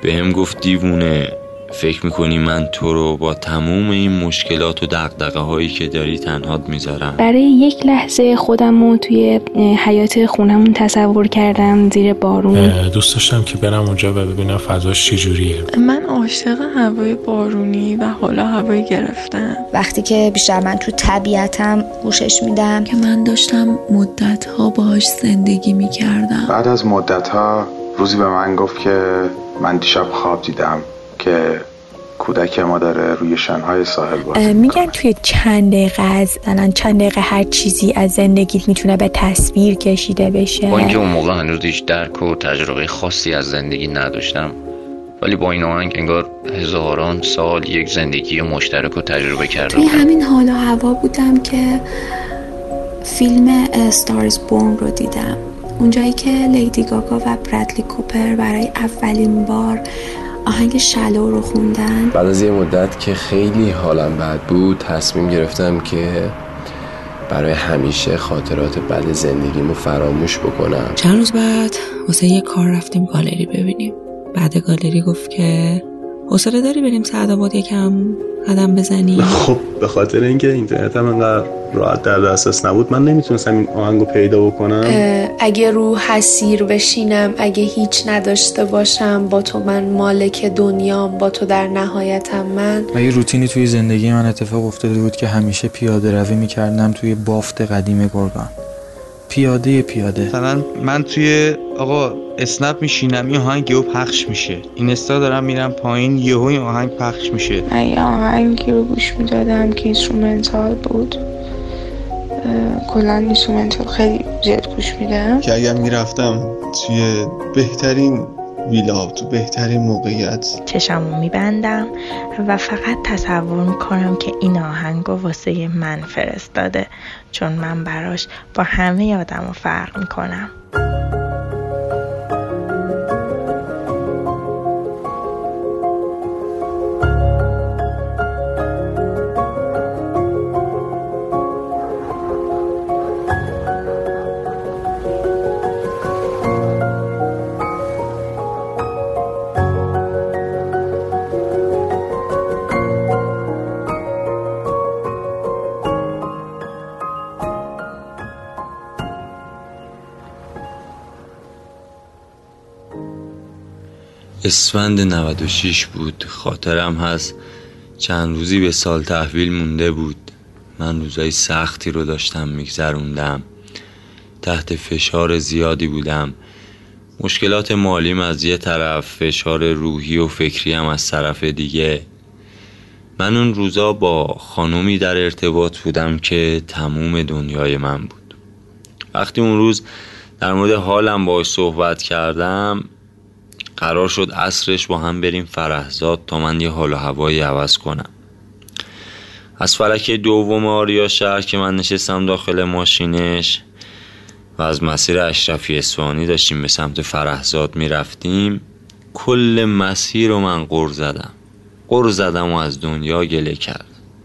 بهم گفت دیوونه، فکر میکنی من تو رو با تموم این مشکلات و دغدغه هایی که داری تنهات میذارم؟ برای یک لحظه خودمو توی حیاط خونمون تصور کردم زیر بارون. دوست داشتم که برم اونجا و ببینم فضاش چجوریه. من عاشق هوای بارونی و حالا هوای گرفتم. وقتی که بیشتر من تو طبیعتم گوشش میدم، که من داشتم مدت‌ها باهاش زندگی میکردم. بعد از مدت‌ها روزی به من گفت که من دیشب خواب دیدم که کودک ما داره روی شنهای ساحل بازی میگن توی چند دقیقه مثلا چند دقیقه هر چیزی از زندگیت میتونه به تصویر کشیده بشه. با اینکه اون موقع هنوز هیچ درک و تجربه خاصی از زندگی نداشتم، ولی با این آهنگ انگار هزاران سال یک زندگی مشترک رو تجربه کردم. توی همین حال و هوا بودم که فیلم استارز بورن رو دیدم، اونجایی که لیدی گاگا و برادلی کوپر برای اولین بار آهنگ شالو رو خوندن. بعد از یه مدت که خیلی حالم بد بود، تصمیم گرفتم که برای همیشه خاطرات بد زندگیمو فراموش بکنم. چند روز بعد واسه یه کار رفتیم گالری ببینیم. بعد گالری گفت که حوصله داری بریم سعدآباد یکم قدم بزنیم؟ خب به خاطر اینکه اینترنت هم انقدر راحت در دسترس نبود، من نمیتونستم این آهنگو پیدا بکنم. اگه رو حسیر بشینم، اگه هیچ نداشته باشم، با تو من مالک دنیام، با تو در نهایتم من. و یه روتینی توی زندگی من اتفاق افتاده بود که همیشه پیاده روی میکردم توی بافت قدیم گرگان. پیاده مثلا من توی اسنپ میشینم، این آهنگ یهو پخش میشه، اینستا دارم میرم پایین، یهو این آهنگ پخش میشه. من یه آهنگی رو گوش میدادم که اینسترومنتال بود. کلا اینسترومنتال خیلی زیاد گوش میدم که اگر میرفتم توی بهترین ویلا، تو بهترین موقعیت، چشمو میبندم و فقط تصور میکنم که این آهنگو واسه من فرستاده، چون من براش با همه آدمو فرق میکنم. اسفند 96 بود. خاطرم هست چند روزی به سال تحویل مونده بود. من روزای سختی رو داشتم میگذروندم، تحت فشار زیادی بودم. مشکلات مالیم از یه طرف، فشار روحی و فکری هم از طرف دیگه. من اون روزا با خانومی در ارتباط بودم که تموم دنیای من بود. وقتی اون روز در مورد حالم باهاش صحبت کردم، قرار شد عصرش با هم بریم فرحزاد تا من یه حال و هوایی عوض کنم. از فلک دوم آریا شهر که من نشستم داخل ماشینش و از مسیر اشرفی اصفهانی داشتیم به سمت فرحزاد می رفتیم، کل مسیر رو من غر زدم و از دنیا گله کردم.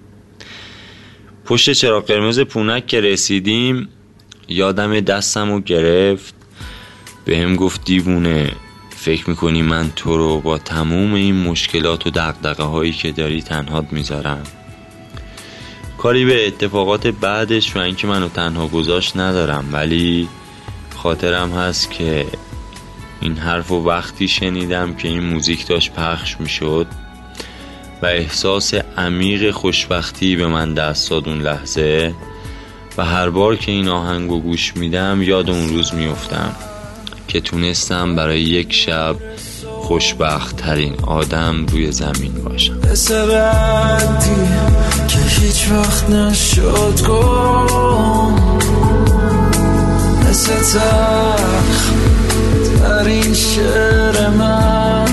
پشت چراغ قرمز پونک که رسیدیم، یادم دستم رو گرفت، بهم گفت دیوونه، فکر میکنی من تو رو با تموم این مشکلات و دغدغه هایی که داری تنهات میذارم؟ کاری به اتفاقات بعدش و اینکه منو تنها گذاشت ندارم، ولی خاطرم هست که این حرفو وقتی شنیدم که این موزیک داشت پخش میشد و احساس عمیق خوشبختی به من دست داد اون لحظه، و هر بار که این آهنگو گوش میدم یاد اون روز میفتم که تونستم برای یک شب خوشبخت ترین آدم روی زمین باشم. مثل بندی که هیچ وقت نشد گم، مثل تلخ در این شعر من،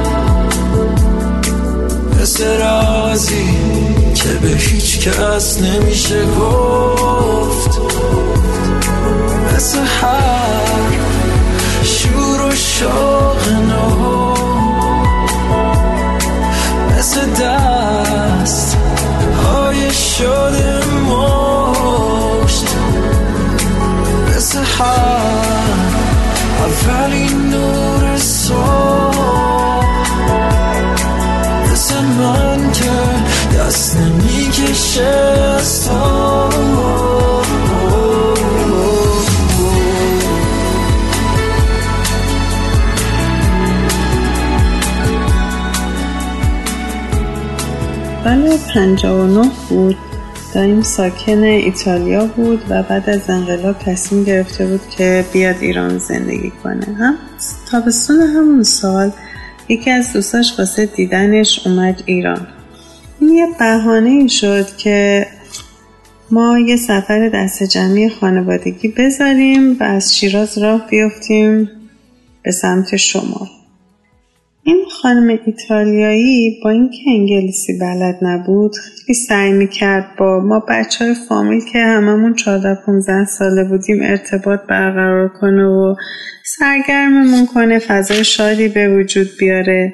مثل رازی که به هیچ کس نمیشه گفت، مثل هر شور و شوق نو، مثل دست های شده مشت، مثل هر اولین نور صبح، میشه از تو. سال 59 بود. دایم ساکن ایتالیا بود و بعد از انقلاب تصمیم گرفته بود که بیاد ایران زندگی کنه. هم تابستون همون سال یکی از دوستاش واسه دیدنش اومد ایران. این یه بهانه‌ای شد که ما یه سفر دست جمعی خانوادگی بذاریم و از شیراز راه بیفتیم به سمت شمال. این خانم ایتالیایی با اینکه انگلیسی بلد نبود خیلی سعی میکرد با ما بچهای فامیل که هممون 14-15 ساله بودیم ارتباط برقرار کنه و سرگرممون کنه، فضای شادی به وجود بیاره.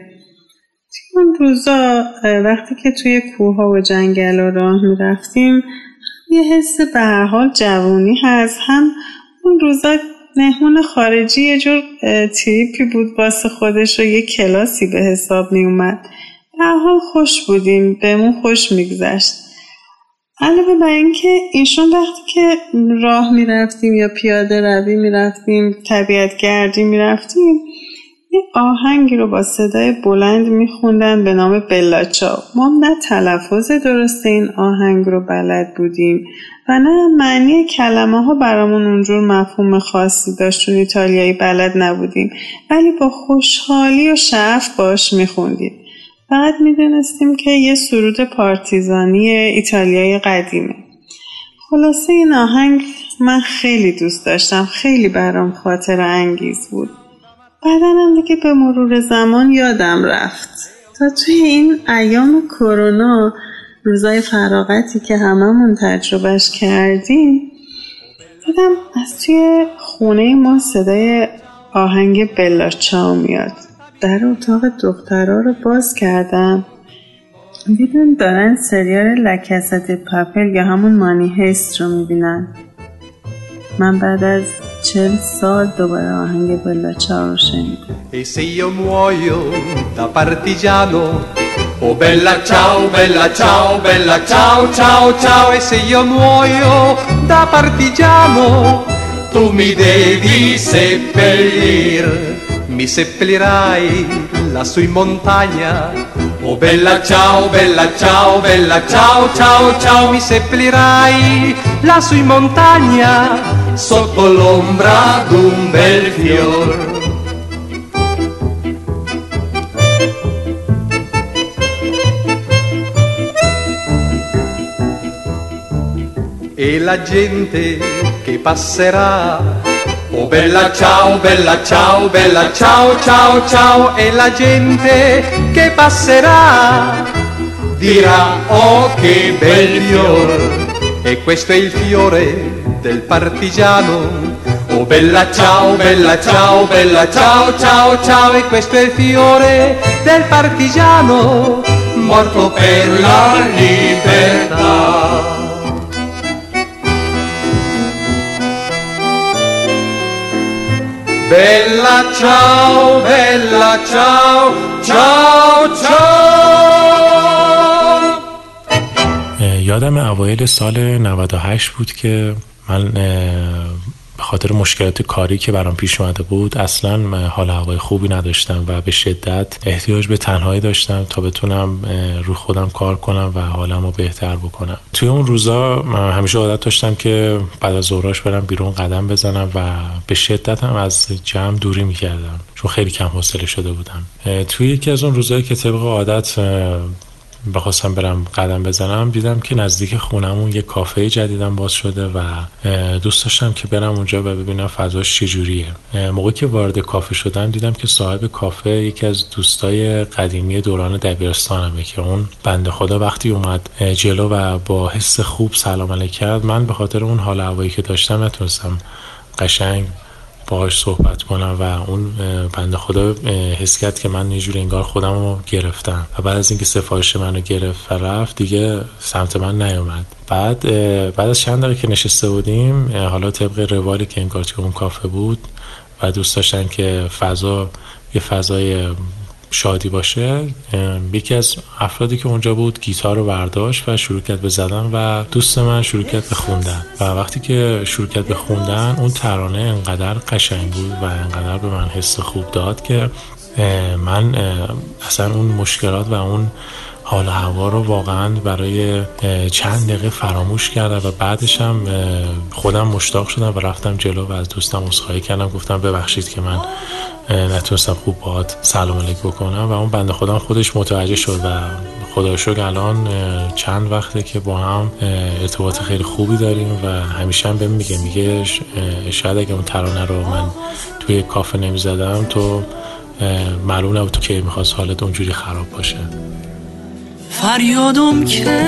توی اون روزا وقتی که توی کوه‌ها و جنگل راه میرفتیم یه حس به هر حال جوونی هست، هم اون روزا مهمون خارجی یه جور تریپی بود واسه خودش و یه کلاسی به حساب می اومد. به هر حال خوش بودیم، بهمون خوش میگذشت. علاوه بر اینکه ایشون وقتی که راه می رفتیم یا پیاده روی می رفتیم، طبیعت گردی می رفتیم، یه آهنگی رو با صدای بلند می خوندن به نام بلا چاو. ما نه تلفظ درست این آهنگ رو بلد بودیم و نه معنی کلمه ها برامون اونجور مفهوم خاصی داشت، چون ایتالیایی بلد نبودیم، ولی با خوشحالی و شعف باش می خوندیم. فقط می دونستیم که یه سرود پارتیزانی ایتالیایی قدیمه. خلاصه این آهنگ من خیلی دوست داشتم، خیلی برام خاطره انگیز بود. بعدنم دیگه به مرور زمان یادم رفت. تا توی این ایام کرونا، روزای فراغتی که هممون تجربهش کردیم، دیدم از توی خونه ما صدای آهنگ بلا چاو میاد. در اتاق دخترها رو باز کردم، دیدم دارن سریال لکاسا دی پاپل یا همون مانی هیست رو میبینن. من بعد از 40 سال دوباره آهنگ بلا چاو رو شنیدم. E se io muoio da partigiano, oh bella ciao, bella ciao, bella ciao, ciao, ciao. E se io muoio da partigiano, tu mi devi seppellir, mi seppellirai lassù in montagna. Oh bella ciao, bella ciao, bella ciao, ciao, ciao. Mi seppellirai lassù in montagna, sotto l'ombra d'un bel fior. E la gente che passerà, oh bella ciao, bella ciao, bella ciao, ciao, ciao. E la gente che passerà dirà, oh che bel fior. E questo è il fiore del partigiano, oh bella ciao, bella ciao, bella ciao, ciao, ciao. E questo è il fiore del partigiano, morto per la libertà. Bella ciao, bella ciao, ciao, ciao. یادم اوایل سال 98 بود که من به خاطر مشکلات کاری که برام پیش اومده بود اصلا حال هوای خوبی نداشتم و به شدت احتیاج به تنهایی داشتم تا بتونم رو خودم کار کنم و حالم رو بهتر بکنم. توی اون روزا همیشه عادت داشتم که بعد از ظهرش برم بیرون قدم بزنم و به شدت هم از جمع دوری میکردم چون خیلی کم حوصله شده بودم. توی یکی از اون روزایی که طبق عادت بخواستم برم قدم بزنم دیدم که نزدیک خونمون یه کافه جدیدم باز شده و دوست داشتم که برم اونجا و ببینم فضاش چجوریه. موقعی که وارد کافه شدم دیدم که صاحب کافه یکی از دوستای قدیمی دوران دبیرستانمه که اون بنده خدا وقتی اومد جلو و با حس خوب سلام علیک کرد، من به خاطر اون حال هوایی که داشتم نتونستم قشنگ باهاش صحبت کنم و اون بنده خدا حس کرد که من یه جوری انگار خودم رو گرفتم و بعد از اینکه سفارش منو گرفت و رفت دیگه سمت من نیومد. بعد از چند دقیقه که نشسته بودیم، حالا طبق روالی که انگار توی اون کافه بود و دوست داشتن که یه فضای شادی باشه، یکی از افرادی که اونجا بود گیتار رو برداشت و شروع کرد به زدن و دوست من شروع کرد به خوندن و وقتی که شروع کرد به خوندن اون ترانه انقدر قشنگ بود و انقدر به من حس خوب داد که من اصلا اون مشکلات و اون حال و هوا رو واقعا برای چند دقیقه فراموش کردم و بعدش هم خودم مشتاق شدم و رفتم جلو و از دوستم عذرخواهی کردم، گفتم ببخشید که من نتونستم خوب باهات سلام علیک بکنم و اون بنده خودم خودش متوجه شد و خدا شکر الان چند وقته که با هم ارتباط خیلی خوبی داریم و همیشه هم بهم میگه شاید اگه اون ترانه رو من توی کافه نمیزدم تو معلوم نبود تو که میخواست حالت اونجوری خراب باشه. فریادم که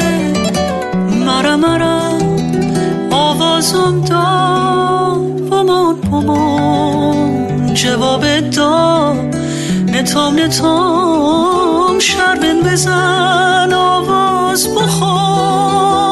مرا آوازم داد بمان جواب داد نتام شربن بزن آواز بخون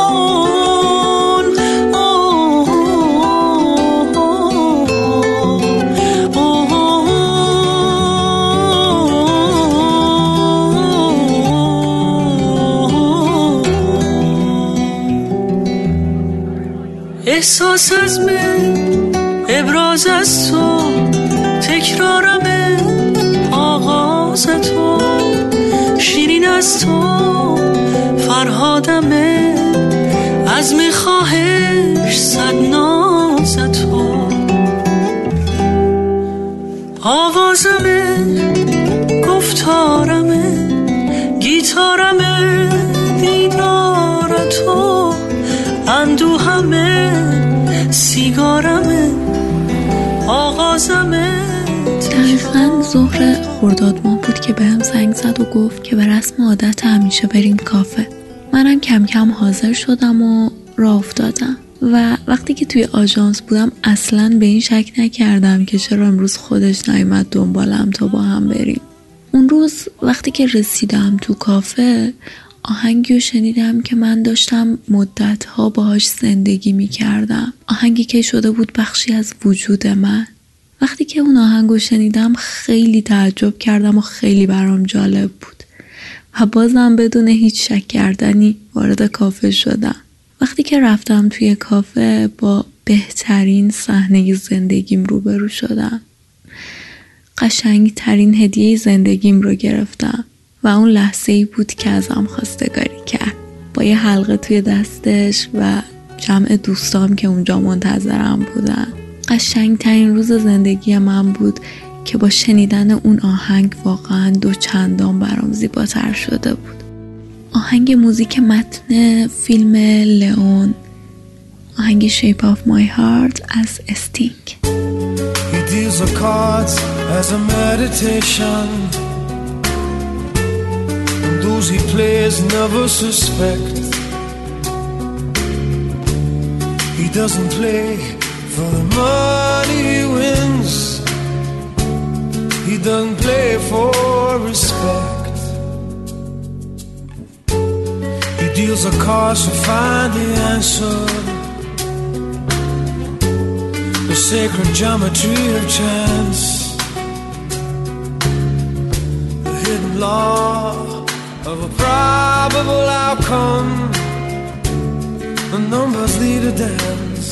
احساس از من ابراز از تو تکرارم آغاز تو شیرین از تو فرهادمه از میخواهش صد ناز تو آوازمه گفتارمه گیتارمه دیدار تو اندوهمه سیگارمه آغازمه. دقیقاً ظهر خرداد ماه بود که بهم زنگ زد و گفت که به رسم عادت همیشه بریم کافه. منم کم کم حاضر شدم و راه افتادم و وقتی که توی آژانس بودم اصلاً به این شک نکردم که چرا امروز خودش نیامد دنبالم تا با هم بریم. اون روز وقتی که رسیدم تو کافه آهنگی رو شنیدم که من داشتم مدتها باهاش زندگی میکردم، آهنگی که شده بود بخشی از وجود من. وقتی که اون آهنگ رو شنیدم خیلی تعجب کردم و خیلی برام جالب بود و بازم بدون هیچ شک کردنی وارد کافه شدم. وقتی که رفتم توی کافه با بهترین صحنه زندگیم روبرو شدم. قشنگترین هدیه زندگیم رو گرفتم و اون لحظه‌ای بود که ازم خواستگاری کرد با یه حلقه توی دستش و جمع دوستام که اونجا منتظرم بودن. قشنگترین روز زندگی من بود که با شنیدن اون آهنگ واقعا 2 چندان برام زیباتر شده بود. آهنگ موزیک متن فیلم لئون، آهنگ Shape of My Heart از استینگ. He deals the cards as a meditation. Those he plays never suspect. He doesn't play for the money he wins. He doesn't play for respect. He deals the cards to find the answer. The sacred geometry of chance. The hidden law of a probable outcome. The numbers lead a dance.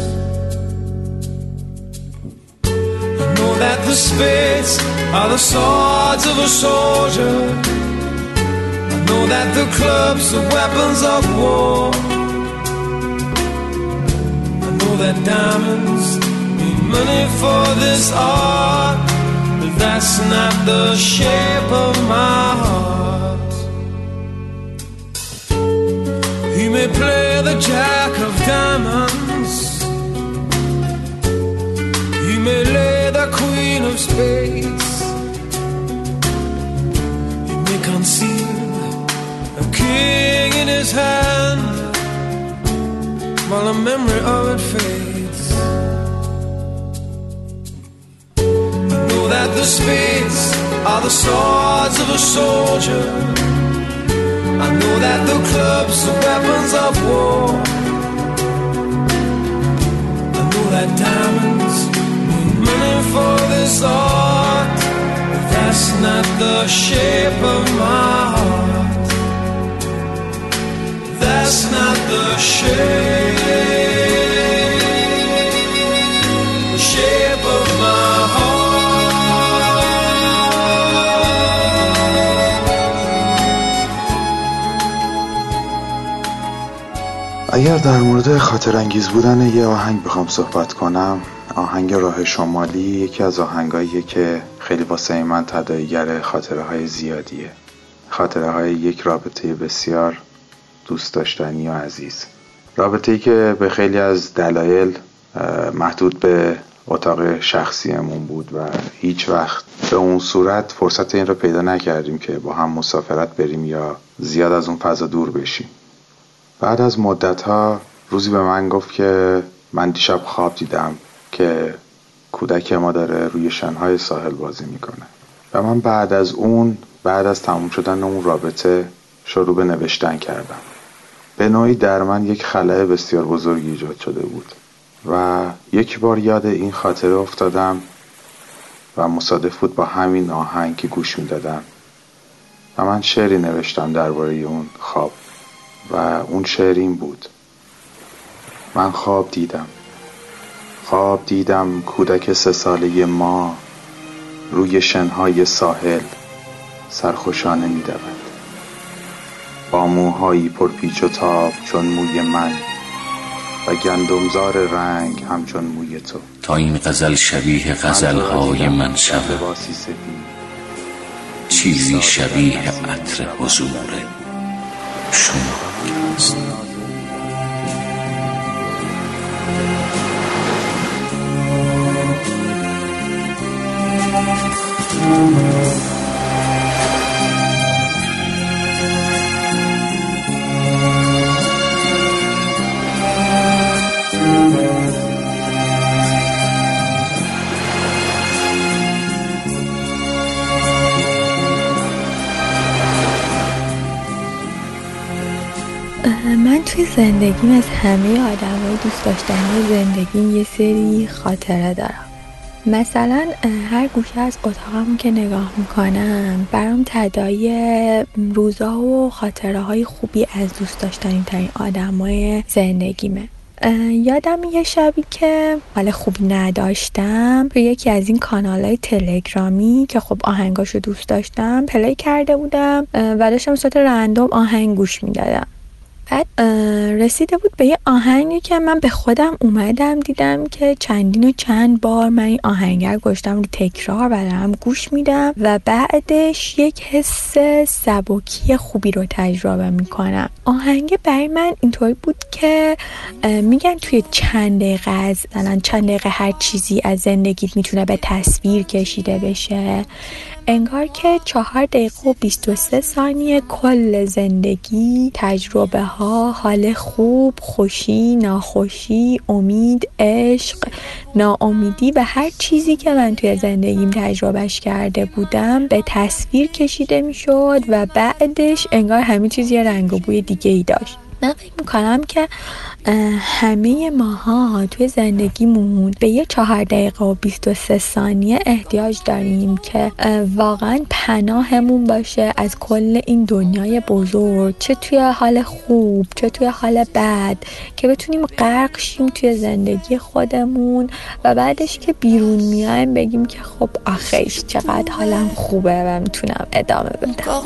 I know that the spades are the swords of a soldier. I know that the clubs are weapons of war. I know that diamonds need money for this art, but that's not the shape of my heart. He may play the jack of diamonds. He may lay the queen of spades. He may conceal a king in his hand while the memory of it fades. I know that the spades are the swords of a soldier. I know that the clubs are weapons of war. I know that diamonds need money for this art, but that's That's not the shape of my heart. That's not the shape of my اگر در مورد خاطر انگیز بودن یه آهنگ بخوام صحبت کنم، آهنگ راه شمالی یکی از آهنگاییه که خیلی واسه من تداعیگر خاطره های زیادیه. خاطره های یک رابطه بسیار دوست داشتنی و عزیز، رابطه‌ای که به خیلی از دلایل محدود به اتاق شخصیمون بود و هیچ وقت به اون صورت فرصت این رو پیدا نکردیم که با هم مسافرت بریم یا زیاد از اون فضا دور بشیم. بعد از مدت‌ها روزی به من گفت که من دیشب خواب دیدم که کودک ما داره روی شنهای ساحل بازی میکنه و من بعد از تموم شدن اون رابطه شروع به نوشتن کردم. به نوعی در من یک خلأ بسیار بزرگی ایجاد شده بود و یک بار یاد این خاطره افتادم و مصادف بود با همین آهنگ که گوش میدادم و من شعری نوشتم درباره اون خواب و اون شعر این بود: من خواب دیدم کودک 3 ساله ما روی شنهای ساحل سرخوشانه می دود، با موهایی پرپیچ و تاب چون موی من و گندمزار رنگ همچون موی تو، تا این غزل شبیه غزلهای من شود، چیزی شبیه عطر حضور شما است. من توی زندگیم از همه آدمای دوست داشتنی زندگیم یه سری خاطره دارم. مثلا هر گوشه از اتاقمون که نگاه میکنم برام تداعی روزا و خاطره های خوبی از دوست داشتنی ترین آدمای زندگیمه. یادم یه شبی که حال خوبی نداشتم توی یکی از این کانالای تلگرامی که خب آهنگاشو دوست داشتم پلی کرده بودم و داشتم صورت رندوم آهنگ گوش میدادم. بعد رسیده بود به یه آهنگی که من به خودم اومدم دیدم که چند بار من این آهنگر گذاشتم رو تکرار و دارم گوش میدم و بعدش یک حس سبکی خوبی رو تجربه میکنم. آهنگ برای من اینطوری بود که میگن توی چند دقیقه هر چیزی از زندگیت میتونه به تصویر کشیده بشه. انگار که 4 دقیقه و 23 ثانیه کل زندگی، تجربه ها، حال خوب، خوشی، ناخوشی، امید، عشق، ناامیدی و هر چیزی که من توی زندگیم تجربهش کرده بودم به تصویر کشیده میشد و بعدش انگار همه چیز یه رنگ و بوی دیگه ای داشت. من فکر میکنم که همه ماها توی زندگیمون به یه 4 دقیقه و 23 ثانیه احتیاج داریم که واقعا پناهمون باشه از کل این دنیای بزرگ، چه توی حال خوب چه توی حال بد، که بتونیم غرق شیم توی زندگی خودمون و بعدش که بیرون میایم بگیم که خب آخیش چقدر حالم خوبه و میتونم ادامه بدم.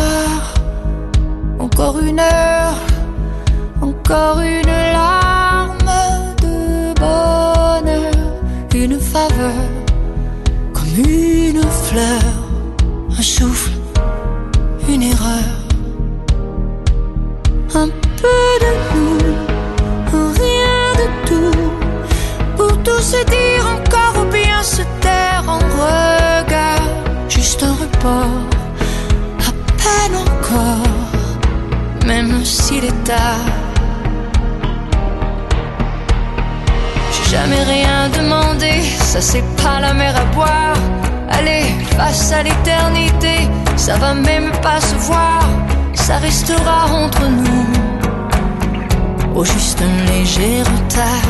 Encore une larme de bonheur, une faveur comme une fleur, un souffle, une erreur, un peu de nous, rien de tout, pour tout se dire encore ou bien se taire en regard, juste un report, à peine encore, même s'il est tard. Jamais rien demandé, ça c'est pas la mer à boire. Allez, face à l'éternité, ça va même pas se voir. Ça restera entre nous, au juste un léger retard.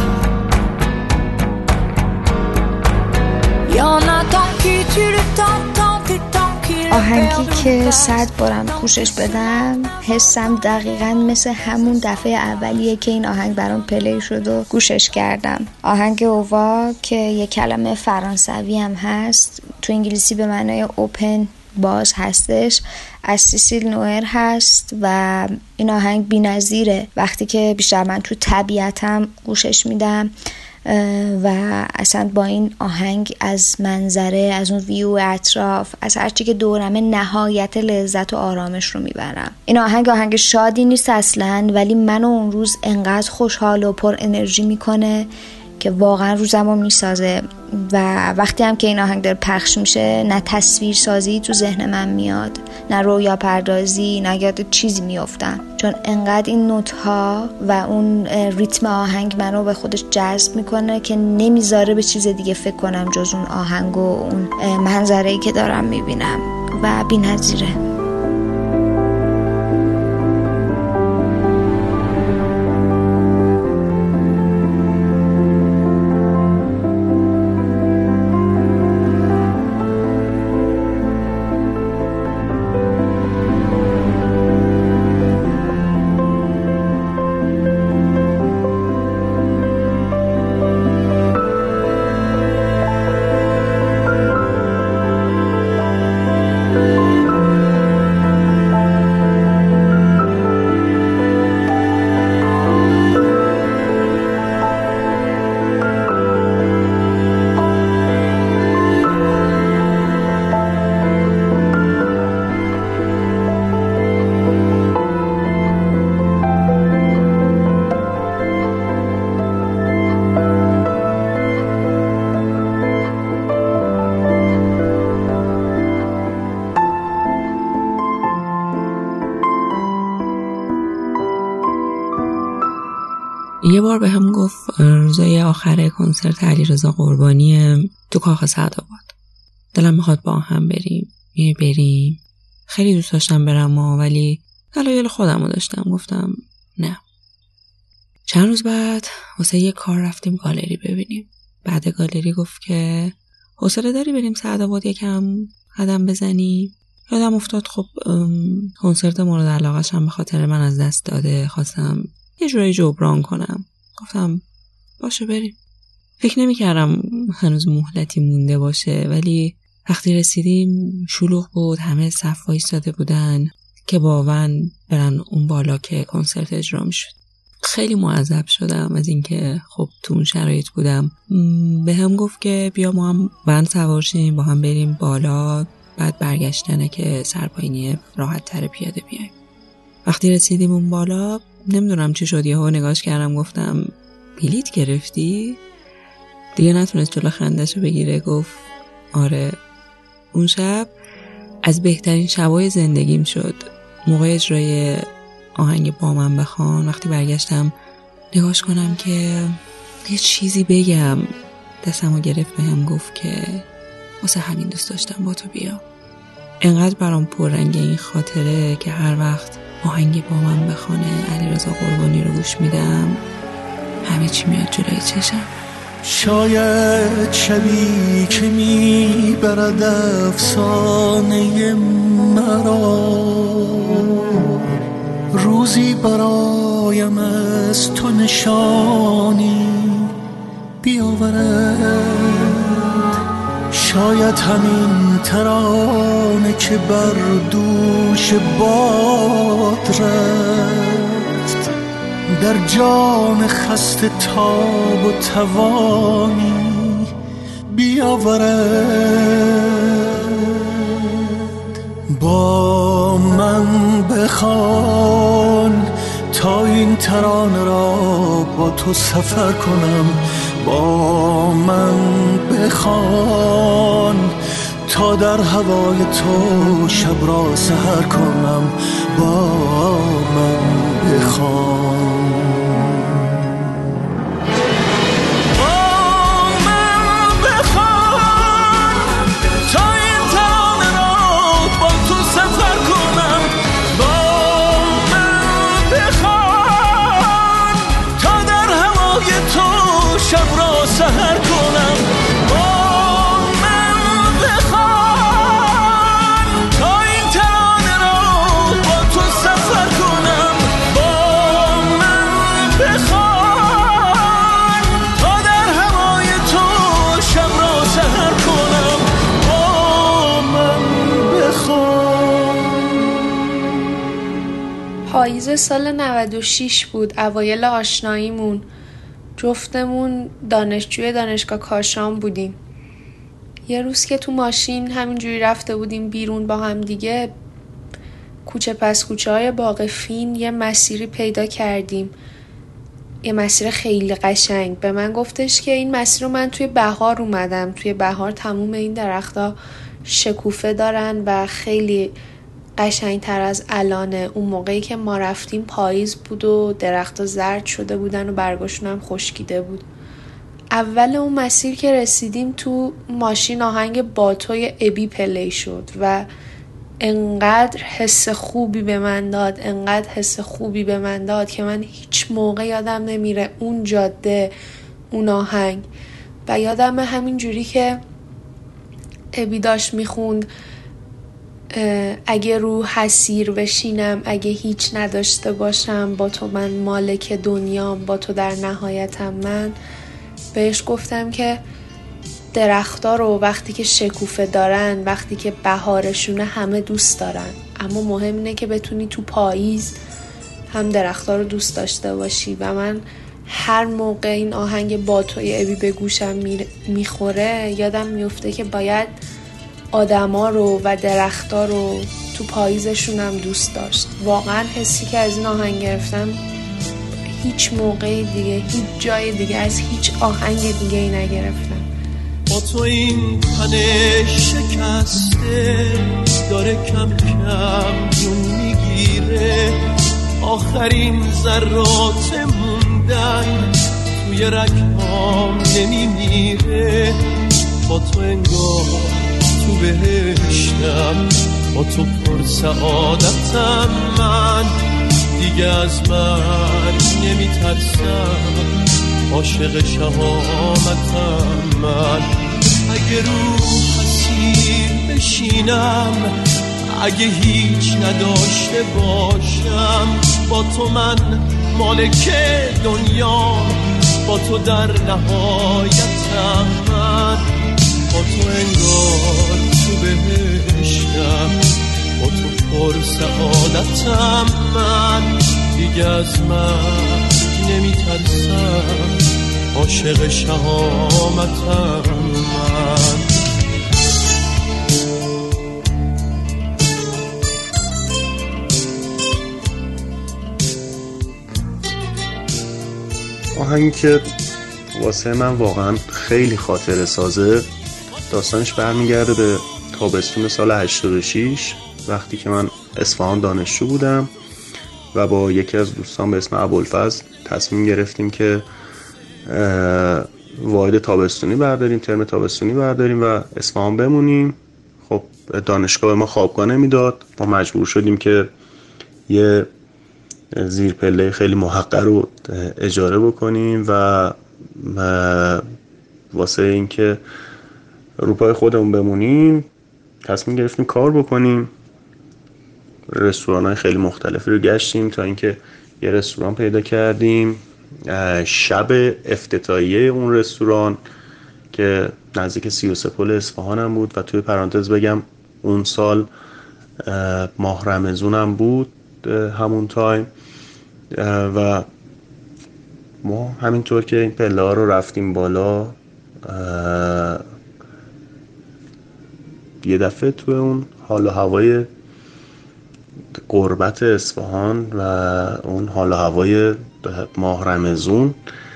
Y'en a tant qui tuent le temps, tant آهنگی که 100 بارم گوشش بدم حسم دقیقاً مثل همون دفعه اولیه که این آهنگ برام پلی شد و گوشش کردم. آهنگ اووا که یک کلمه فرانسوی هم هست، تو انگلیسی به معنای اوپن باز هستش، از سیسیل نوئر هست و این آهنگ بی‌نظیره. وقتی که بیشتر من تو طبیعتم گوشش میدم و اصلا با این آهنگ از منظره، از اون ویو اطراف، از هرچی که دورمه نهایت لذت و آرامش رو میبرم. این آهنگ شادی نیست اصلا، ولی منو اون روز انقدر خوشحال و پر انرژی میکنه که واقعا روزمو میسازه. و وقتی هم که این آهنگ داره پخش میشه نه تصویر سازی تو ذهن من میاد، نه رویا پردازی، نه یاد چیزی میافتم، چون انقدر این نوت ها و اون ریتم آهنگ منو به خودش جذب میکنه که نمیذاره به چیز دیگه فکر کنم جز اون آهنگ و اون منظره‌ای که دارم میبینم و بی‌نظیره. یه بار به هم گفت روزای آخر کنسرت علیرضا قربانی تو کاخ سعدآباد دلم میخواد با هم بریم. بریم. خیلی دوست داشتم برم ولی دلایل خودمو داشتم. گفتم نه. چند روز بعد واسه یه کار رفتیم گالری ببینیم. بعد گالری گفت که حوصله داری بریم سعدآباد یکم قدم بزنیم؟ یادم افتاد خب کنسرت مورد علاقه‌ش هم به خاطر من از دست داده، خواستم یه جورایی جبران کنم. گفتم باشه بریم. فکر نمی‌کردم هنوز مهلتی مونده باشه، ولی وقتی رسیدیم شلوغ بود، همه صف وایساده بودن که باون برن اون بالا که کنسرت اجرا میشد. خیلی معذب شدم از اینکه خب تو اون شرایط بودم. به هم گفت که بیا ما هم ون سوار شیم با هم بریم بالا، بعد برگشتنه که سرپاینی راحت تر پیاده بیایم. وقتی رسیدیم اون بالا نمیدونم چی شد، یهو نگاش کردم گفتم بلیت گرفتی؟ دیگه نتونست جلو خنده‌شو بگیره. گفت آره. اون شب از بهترین شبای زندگیم شد. موقع اجرای آهنگ با من بخوان وقتی برگشتم نگاش کنم که یه چیزی بگم، دستمو گرفت بهم گفت که واسه همین دوست داشتم با تو بیا. انقدر برام پررنگه این خاطره که هر وقت آهنگ با من بخونه علیرضا قربانی رو گوش میدم همه چی میاد جلوی چشم. شاید شبی که میبرد افسانه مرا، روزی برایم از تو نشانی بیاورد. شاید همین ترانه که بر دوش باد رفت در جان خسته تاب و توانی بیاورد. با من بخوان تا این ترانه را با تو سفر کنم، با من بخوان تا در هوای تو شب را سحر کنم، با من بخوان. سحر کنم با من بخوان تا پاییز سال 96 بود، اوایل آشناییمون. جفتمون دانشجوی دانشگاه کاشان بودیم. یه روز که تو ماشین همینجوری رفته بودیم بیرون با هم دیگه، کوچه پس کوچه های باغ فین یه مسیری پیدا کردیم، یه مسیر خیلی قشنگ. به من گفتش که این مسیر رو من توی بهار اومدم، توی بهار تموم این درخت‌ها شکوفه دارن و خیلی قشنگتر از الانه. اون موقعی که ما رفتیم پاییز بود و درخت‌ها زرد شده بودن و برگاشون هم خشکیده بود. اول اون مسیر که رسیدیم تو ماشین آهنگ با توی ابی پلی شد و انقدر حس خوبی به من داد که من هیچ موقع یادم نمیره اون جاده، اون آهنگ. و یادم همین جوری که ابی داشت میخوند اگه رو حسیر بشینم، اگه هیچ نداشته باشم، با تو من مالک دنیام، با تو در نهایتم من. بهش گفتم که درخت‌ها رو وقتی که شکوفه دارن، وقتی که بهارشونه همه دوست دارن، اما مهم اینه که بتونی تو پاییز هم درخت‌ها رو دوست داشته باشی. و من هر موقع این آهنگ با توی ابی به گوشم میخوره یادم میفته که باید آدما رو و درخت‌ها رو تو پاییزشون هم دوست داشت. واقعا حسی که از این آهنگ گرفتم هیچ موقع دیگه، هیچ جای دیگه، از هیچ آهنگ دیگه ای نگرفتم. با تو این تن شکسته داره کم کم جون میگیره، آخرین ذرات موندن توی رگهام نمیمیره. با تو انگار تو بهشتم، با تو پر سعادتم، من دیگه از من نمیترسم، عاشق شهامتم من. اگه رو حسیر بشینم، اگه هیچ نداشته باشم، با تو من مالک دنیام، با تو در نهایتم من. با تو انگار تو بهشتم، با تو پر سعادتم من دیگه از من نمیترسم، عاشق شهامتم من. آهنگی که واسه من واقعا خیلی خاطره سازه، داستانش برمیگرده به تابستون سال 86 وقتی که من اصفهان دانشجو بودم و با یکی از دوستان به اسم ابوالفضل تصمیم گرفتیم که واحد تابستونی برداریم، ترم تابستونی برداریم و اصفهان بمونیم. خب دانشگاه ما خوابگاه نمیداد، ما مجبور شدیم که یه زیر پله خیلی محقر رو اجاره بکنیم و واسه این که رو پای خودمون بمونیم تصمیم گرفتیم کار بکنیم. رستوران‌های خیلی مختلفی رو گشتیم تا اینکه یه رستوران پیدا کردیم. شب افتتاحیه اون رستوران که نزدیک 33 پل اصفهان هم بود و توی پرانتز بگم اون سال ماه رمضان هم بود همون تایم و ما همینطور که این پله ها رو رفتیم بالا یه دفعه توی اون حال و هوای غربت اصفهان و اون حال و هوای ماه رمضان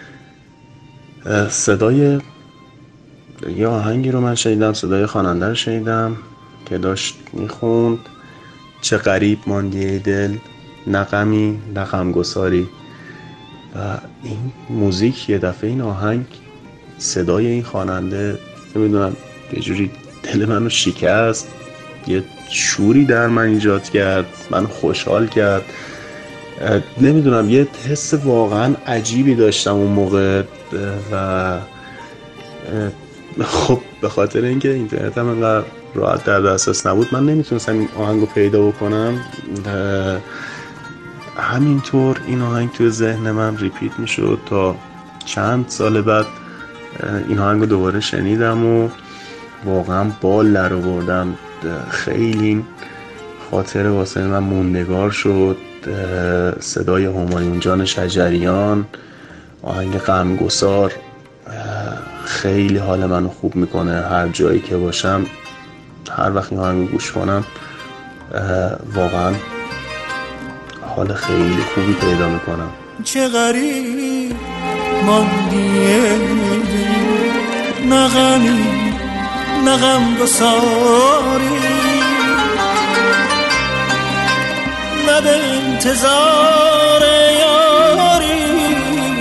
صدای یه آهنگی رو من شنیدم، صدای خواننده رو شنیدم که داشت میخوند چه غریب ماندی دل، نه غمی نه غمگساری. و این موزیک یه دفعه این آهنگ صدای این خواننده نمیدونم یه جوری دل منو شکست، یه شوری در من ایجاد کرد، من خوشحال کرد. نمیدونم یه حس واقعا عجیبی داشتم اون موقع و خب به خاطر اینکه اینترنت هم انقدر راحت در دسترس نبود من نمیتونستم این آهنگ رو پیدا بکنم. همینطور این آهنگ توی ذهن من ریپیت میشد تا چند سال بعد این آهنگ رو دوباره شنیدم و واقعا بال در آوردم. خیلی خاطر واسه من موندگار شد. صدای همایون جان شجریان، آهنگ غمگسار خیلی حال منو خوب میکنه. هر جایی که باشم، هر وقت این آهنگو گوش کنم، واقعا حال خیلی خوبی پیدا میکنم. چه غریب ماندیه، نه غمی نه غمگساری، نه به انتظار یاری،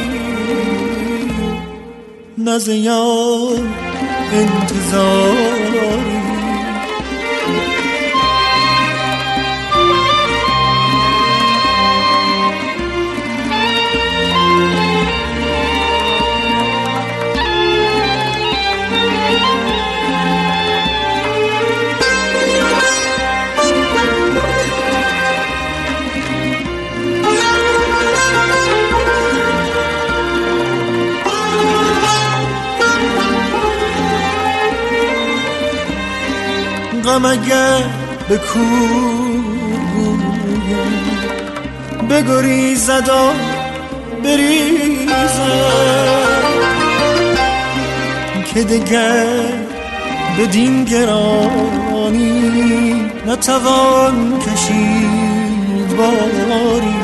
نه ز یار انتظاری. غم اگر به کویم بگریزد و بریزد، که دگر بدین گرانی نتوان کشید باری.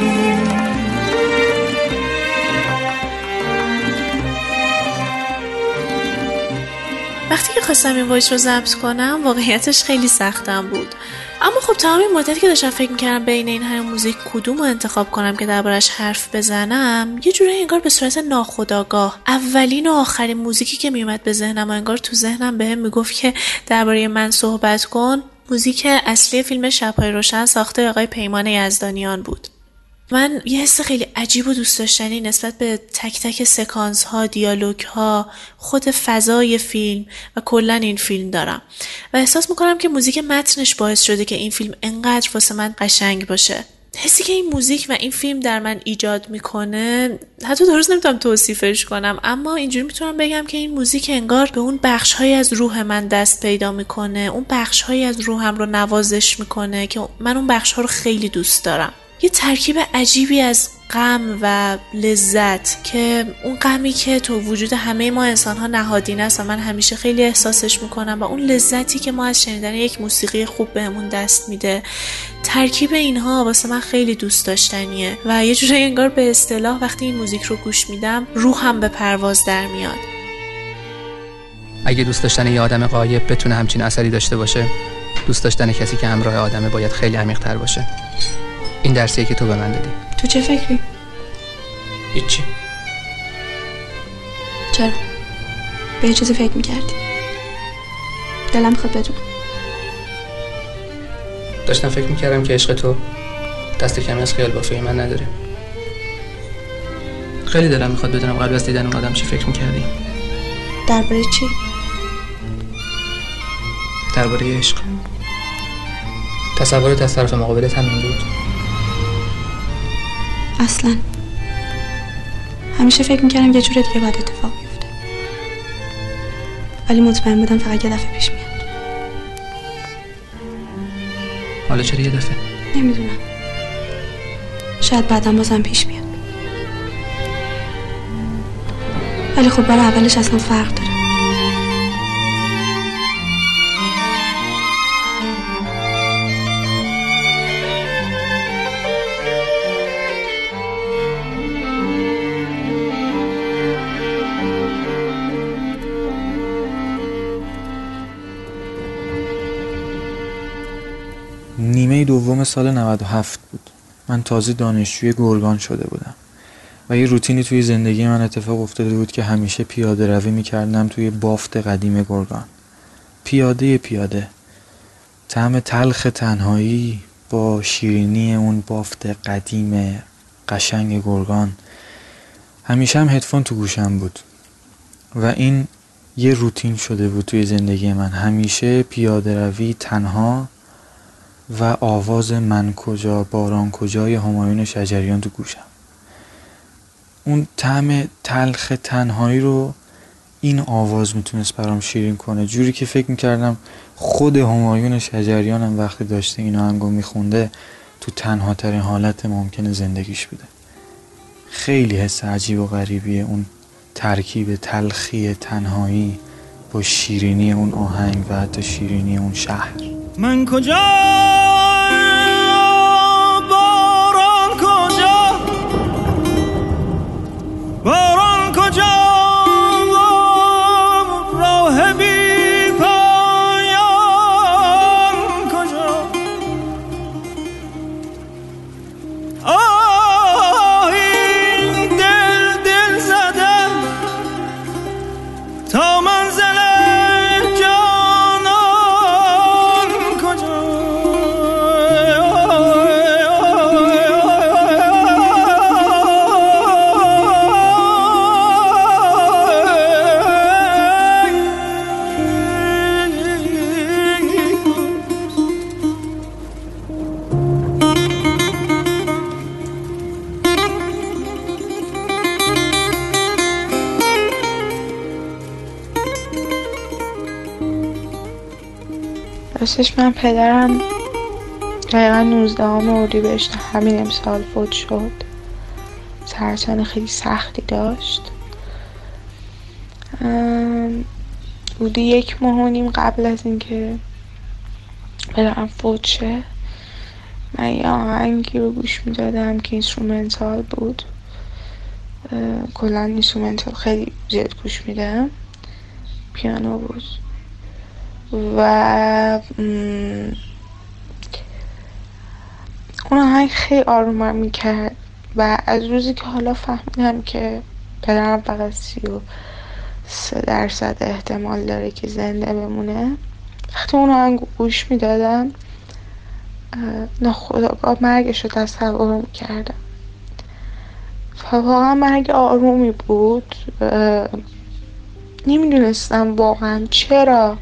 وقتی که خواستم این وایس رو ضبط کنم واقعیتش خیلی سختم بود، اما خب تمام این مدتی که داشتم فکر میکردم بین این همه موزیک کدوم رو انتخاب کنم که دربارش حرف بزنم، یه جوری انگار به صورت ناخودآگاه اولین و آخرین موزیکی که میومد به ذهنم و انگار تو ذهنم بهم میگفت که درباره من صحبت کن، موزیک اصلی فیلم شب‌های روشن ساخته آقای پیمان یزدانیان بود. من یه حس خیلی عجیب و دوست داشتنی نسبت به تک تک سکانس ها، دیالوگ ها، خود فضای فیلم و کلا این فیلم دارم و احساس میکنم که موزیک متنش باعث شده که این فیلم انقدر واسه من قشنگ باشه. حسی که این موزیک و این فیلم در من ایجاد میکنه حتی درست نمیتونم توصیفش کنم، اما اینجوری میتونم بگم که این موزیک انگار به اون بخش‌هایی از روح من دست پیدا میکنه، اون بخش‌هایی از روحم رو نوازش میکنه که من اون بخش‌ها رو خیلی دوست دارم. یه ترکیب عجیبی از غم و لذت که اون غمی که تو وجود همه ما انسان‌ها نهادینه است و من همیشه خیلی احساسش میکنم و اون لذتی که ما از شنیدن یک موسیقی خوب بهمون دست میده، ترکیب اینها واسه من خیلی دوست داشتنیه و یه جوری انگار به اصطلاح وقتی این موزیک رو گوش میدم روحم به پرواز در میاد. اگه دوست داشتن یه آدم غایب بتونه همچین اثری داشته باشه، دوست داشتن کسی که همراه آدمه باید خیلی عمیق‌تر باشه. این درسیه که تو به من دادی. تو چه فکری؟ هیچی. چرا؟ به یه چیزی فکر میکردی؟ دلم میخواد بدونم. داشتم فکر میکردم که عشق تو دست کمی از خیال بافی من نداره. خیلی دلم میخواد بدونم قبل از دیدن اون آدم چی فکر میکردی. درباره چی؟ درباره عشق. تصورت از طرف مقابلت همین بود؟ اصلا همیشه فکر میکردم یه جور دیگه باید اتفاق بیفته، ولی مطمئن بودم فقط یه دفعه پیش میاد. حالا چرا یه دفعه؟ نمیدونم، شاید بعدم بازم پیش میاد، ولی خب برای اولش اصلا فرق داره. نیمه دوم سال 97 بود. من تازه دانشجوی گرگان شده بودم و یه روتینی توی زندگی من اتفاق افتاده بود که همیشه پیاده روی میکردم توی بافت قدیم گرگان. پیاده طعم تلخ تنهایی با شیرینی اون بافت قدیم قشنگ گرگان. همیشه هم هدفون تو گوشم بود و این یه روتین شده بود توی زندگی من. همیشه پیاده روی تنها و آواز من کجا باران کجای همایون شجریان تو گوشم. اون طعم تلخ تنهایی رو این آواز میتونست برام شیرین کنه، جوری که فکر میکردم خود همایون شجریان هم وقتی داشته این آهنگو میخونده تو تنها ترین حالت ممکن زندگیش بوده. خیلی حس عجیب و غریبیه اون ترکیب تلخی تنهایی با شیرینی اون آهنگ و حتی شیرینی اون شهر. من کجا باران کجا باران کجا راه بی پایان کجا این دل زدم تا منزل جانان کجا راستش من پدرم دقیقا 19 اردیبهشت همین امسال فوت شد. سرطان خیلی سختی داشت. بودی 1.5 ماه قبل از اینکه پدرم فوت شه من یه آهنگی رو گوش میدادم که اینسترومنتال بود. کلا اینسترومنتال خیلی زیاد گوش میدم، پیانو بود و اون آهنگ خیلی آرومم میکرد و از روزی که حالا فهمیدم که پدرم فقط 33% احتمال داره که زنده بمونه، وقتی اون آهنگ گوش میدادم ناخودآگاه مرگش رو تصور میکردم و واقعا مرگ آرومی بود. نمیدونستم واقعا چرا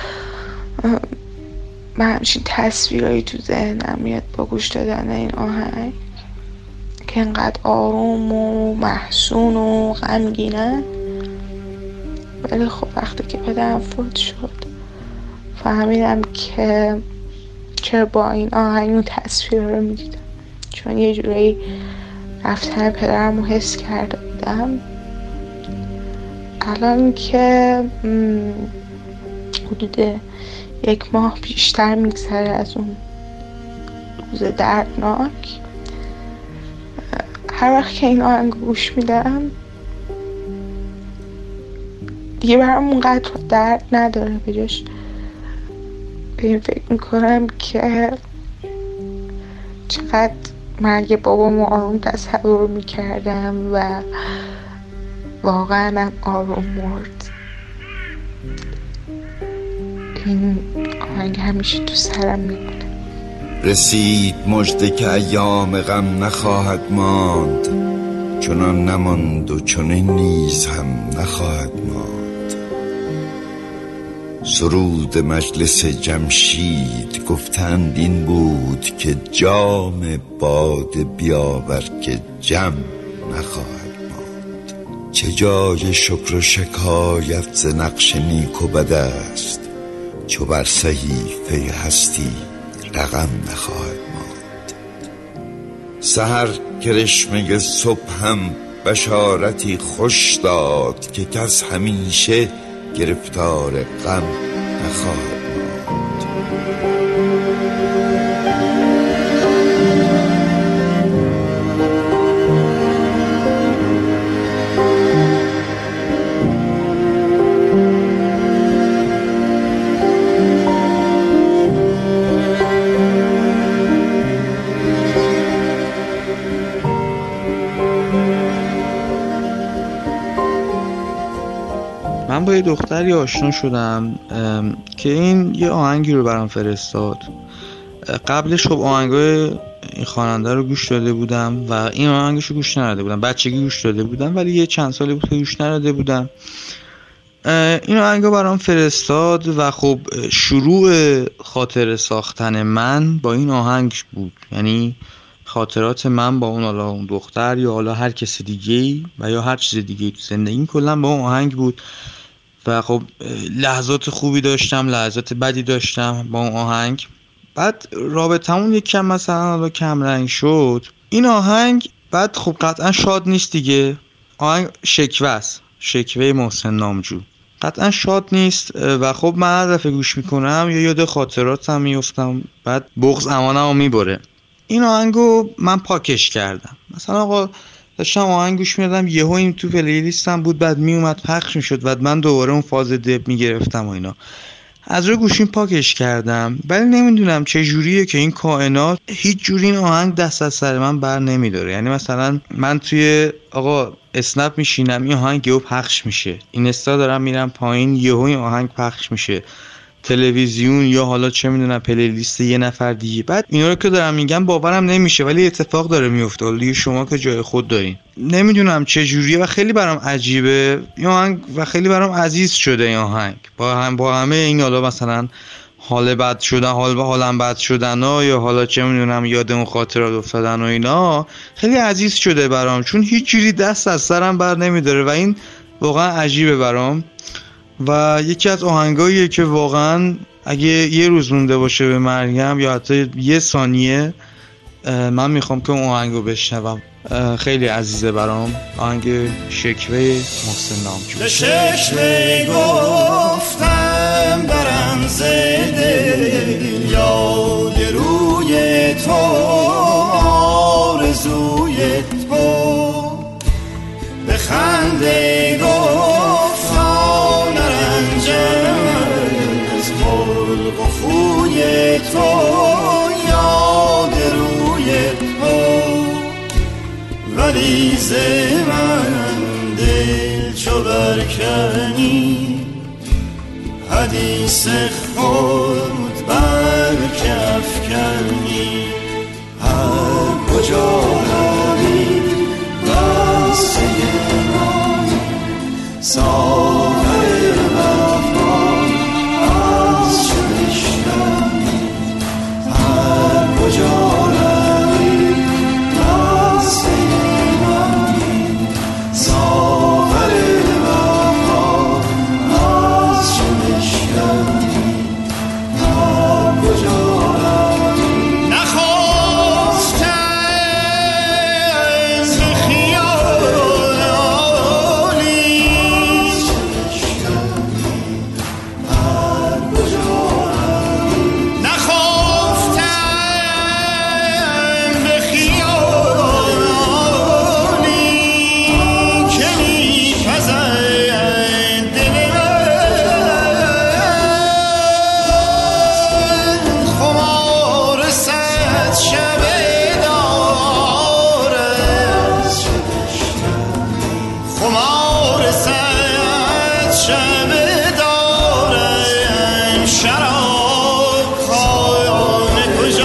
من همچین تصویرایی تو ذهنم میاد با گوش دادن این آهنگ که انقدر آروم و محزون و غمگینه. ولی خب وقتی که پدرم فوت شد فهمیدم که چرا با این آهنگ اون تصویر رو میدیدم، چون یه جورایی رفتن پدرم رو حس کرده بودم. الان که حدود 1 ماه بیشتر میگذره از اون روز دردناک، هر وقت که این آهنگ گوش میدم دیگه برام اونقدر درد نداره، بجاش به این فکر میکنم که چقدر مرگ بابامو آروم تصور میکردم و واقعا هم آروم مرد. این آهنگ همیشه تو سرم میمونه. رسید مژده که ایام غم نخواهد ماند، چنان نماند و چنین نیز هم نخواهد ماند. سرود مجلس جمشید گفتند این بود که جام باده بیاور که جم نخواهد. چه جای شکر و شکایت ز نقش نیک و بد است، چو بر صحیفه هستی رقم نخواهد ماند. سحر کرشمه صبح هم بشارتی خوش داد که کس همیشه گرفتار غم نخواهد. من با یه دختری آشنا شدم که این یه آهنگی رو برام فرستاد. قبلش خب آهنگای این خواننده رو گوش داده بودم و این آهنگش رو گوش نداده بودم، بچگی گوش داده بودم ولی یه چند سالی بود که گوش نداده بودم. این آهنگا برام فرستاد و خب شروع خاطر ساختن من با این آهنگ بود، یعنی خاطرات من با اون دختر یا حالا هر کس دیگه‌ای و یا هر چیز دیگه‌ای تو زندگیم کلا با اون آهنگ بود و خب لحظات خوبی داشتم، لحظات بدی داشتم با اون آهنگ. بعد رابطمون یک کم مثلا کم رنگ شد این آهنگ. بعد خب قطعا شاد نیست دیگه، آهنگ شکوه است، شکوه محسن نامجو، قطعا شاد نیست. و خب من هر دفعه گوش میکنم یا یاد خاطراتم میفتم، بعد بغض امانمو میبره. این آهنگو من پاکش کردم، مثلا آقا داشتم آهنگ گوش میدادم یهو این تو پلیلیستم بود، بعد میومد پخش میشد، بعد من دوباره اون فاز دب میگرفتم و اینا، از روی گوشیم پاکش کردم. ولی نمیدونم چه جوریه که این کائنات هیچ جوری این آهنگ دست از سر من بر نمیداره. یعنی مثلا من توی آقا اسنپ میشینم، این آهنگ یهو پخش میشه، این استا دارم میرم پایین یهو این آهنگ پخش میشه، تلویزیون یا حالا چه میدونم پلیلیست یه نفر دیگه. بعد اینا رو که دارم میگم باورم نمیشه، ولی اتفاق داره میفته. ولی شما که جای خود دارین، نمیدونم چه جوریه و خیلی برام عجیبه این آهنگ و خیلی برام عزیز شده این آهنگ. با همه این حالا مثلا حالم بد شدن ها یا حالا چه میدونم یادم خاطرات افتادن و اینا، خیلی عزیز شده برام، چون هیچ جوری دست از سرم بر نمیداره و این واقعا عجیبه برام. و یکی از آهنگاییه که واقعا اگه یه روز مونده باشه به مرگم یا حتی یه ثانیه، من میخوام که اون آهنگو بشنوم. خیلی عزیزه برام آهنگ شکوه محسن نامجو. به شکوه گفتم برم زده یاد روی تو، آرزوی تو، به خنده گفتم نرنجم از خلق و خوی تو، یاد روی تو، ولی ز من دل چو برکنی، حدیث خود برکفکنی، هر کجا روی دسته من ساغر وفا از چه بشکنی، هر کجا روی دسته من ساغر وفا از چه بشکنی، هر کجا روی نخواستم ز خیالی، هر کجا روی نخواستم به خیالی که میپزد دل من، خمار صد شب دارد، خمار صد شب دارم، شراب خانه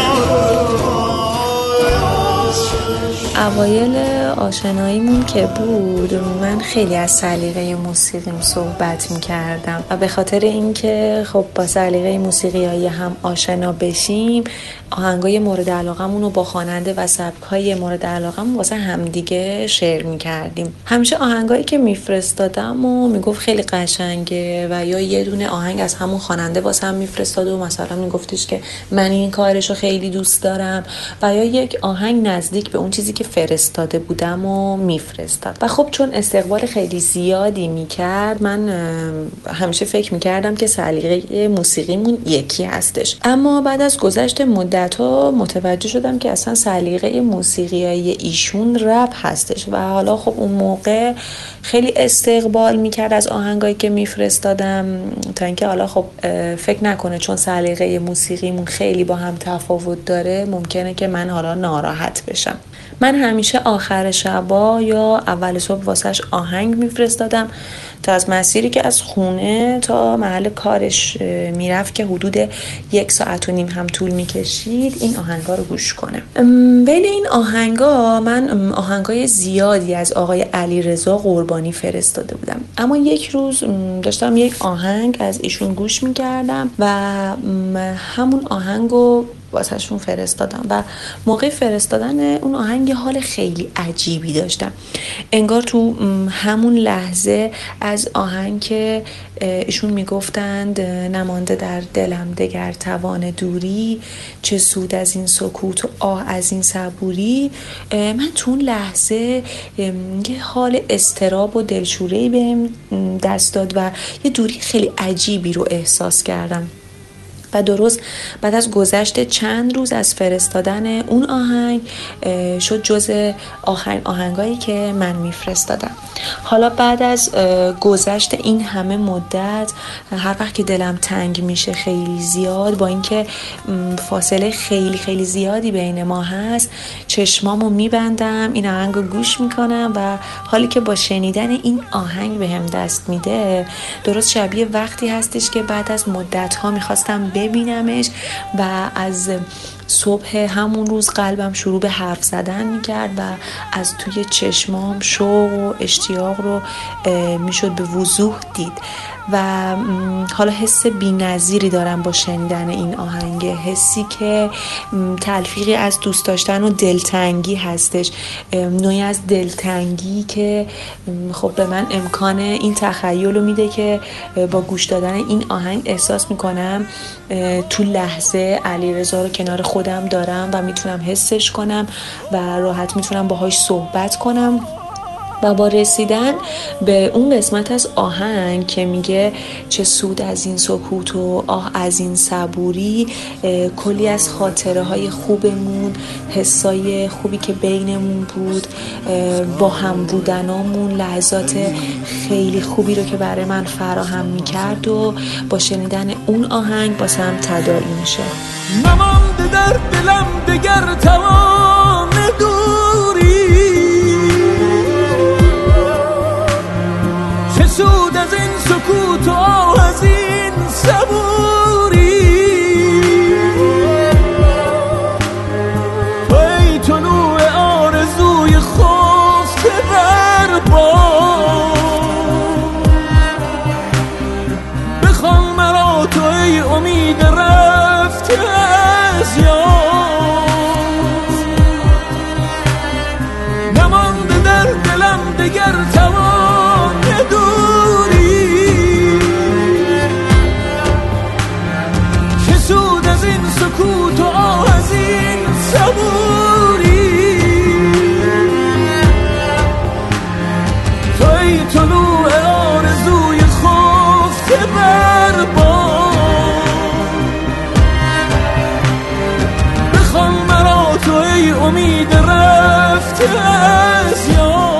کجاست. اوایل آشناییمون که بود من خیلی از سلیقه موسیقیم صحبت میکردم و به خاطر اینکه خب با سلیقه موسیقیایی هم آشنا بشیم، آهنگای مورد علاقمون رو با خواننده و سبکای مورد علاقمون واسه همدیگه شیر میکردیم. همیشه آهنگایی که میفرستادم و میگفت خیلی قشنگه، و یا یه دونه آهنگ از همون خواننده واسه هم میفرستاد و مثلا میگفتش که من این کارشو خیلی دوست دارم، و یا یک آهنگ نزدیک به اون چیزی که فرستاده بودم و میفرستاد. و خب چون استقبال خیلی زیادی میکرد، من همیشه فکر میکردم که سلیقه موسیقیمون یکی هستش. اما بعد از گذشت مدت‌ها متوجه شدم که اصلا سلیقه موسیقیایی ایشون رپ هستش. و حالا خب اون موقع خیلی استقبال میکرد از آهنگایی که میفرستادم، تا اینکه حالا خب فکر نکنه چون سلیقه موسیقیمون خیلی با هم تفاوت داره ممکنه که من حالا ناراحت بشم. من همیشه آخر شبا یا اول صبح واسش آهنگ میفرستادم تا از مسیری که از خونه تا محل کارش میرفت که حدود 1.5 ساعت هم طول میکشید این آهنگا رو گوش کنه. بین این آهنگا من آهنگای زیادی از آقای علیرضا قربانی فرستاده بودم، اما یک روز داشتم یک آهنگ از ایشون گوش میکردم و همون آهنگو واسهشون فرستادم و موقع فرستادن اون آهنگ حال خیلی عجیبی داشتم. انگار تو همون لحظه از آهنگ که ایشون میگفتند نمانده در دلم دگر توان دوری، چه سود از این سکوت و آه از این صبوری، من تو اون لحظه یه حال اضطراب و دلشوره‌ای بهم دست داد و یه دوری خیلی عجیبی رو احساس کردم. و درست بعد از گذشت چند روز از فرستادن اون آهنگ شد جز آهنگایی که من میفرستادم. حالا بعد از گذشت این همه مدت، هر وقت که دلم تنگ میشه خیلی زیاد، با اینکه فاصله خیلی خیلی زیادی بین ما هست، چشمامو میبندم، این آهنگو گوش میکنم و حالی که با شنیدن این آهنگ بهم دست میده، درست شبیه وقتی هستش که بعد از مدت ها میخواستم ببینمش و از صبح همون روز قلبم شروع به حرف زدن میکرد و از توی چشمام شوق و اشتیاق رو میشد به وضوح دید و حالا حس بی‌نظیری دارم با شنیدن این آهنگ، حسی که تلفیقی از دوست داشتن و دلتنگی هستش، نوعی از دلتنگی که خب به من امکان این تخیل رو میده که با گوش دادن این آهنگ احساس میکنم تو لحظه علیرضا رو کنار خودم دارم و میتونم حسش کنم و راحت میتونم باهاش صحبت کنم. و با رسیدن به اون قسمت از آهنگ که میگه چه سود از این سکوت و آه از این صبوری، کلی از خاطره های خوبمون، حسای خوبی که بینمون بود، با هم بودنامون، لحظات خیلی خوبی رو که برای من فراهم میکرد و با شنیدن اون آهنگ باسم تداعی میشه. نمانده در دلم دگر توان دوری، چه سود از این سکوت و آه از این صبوری، تو ای طلوع آرزوی خفته بر باد، بخوان مرا تو ای امید رفته از یاد، نمانده در دلم دگر توان دوری، چه سود از این سکوت و آه از این صبوری، تو ای طلوع آرزوی خفته بر باد، بخوان مرا تو ای امید رفته از یاد.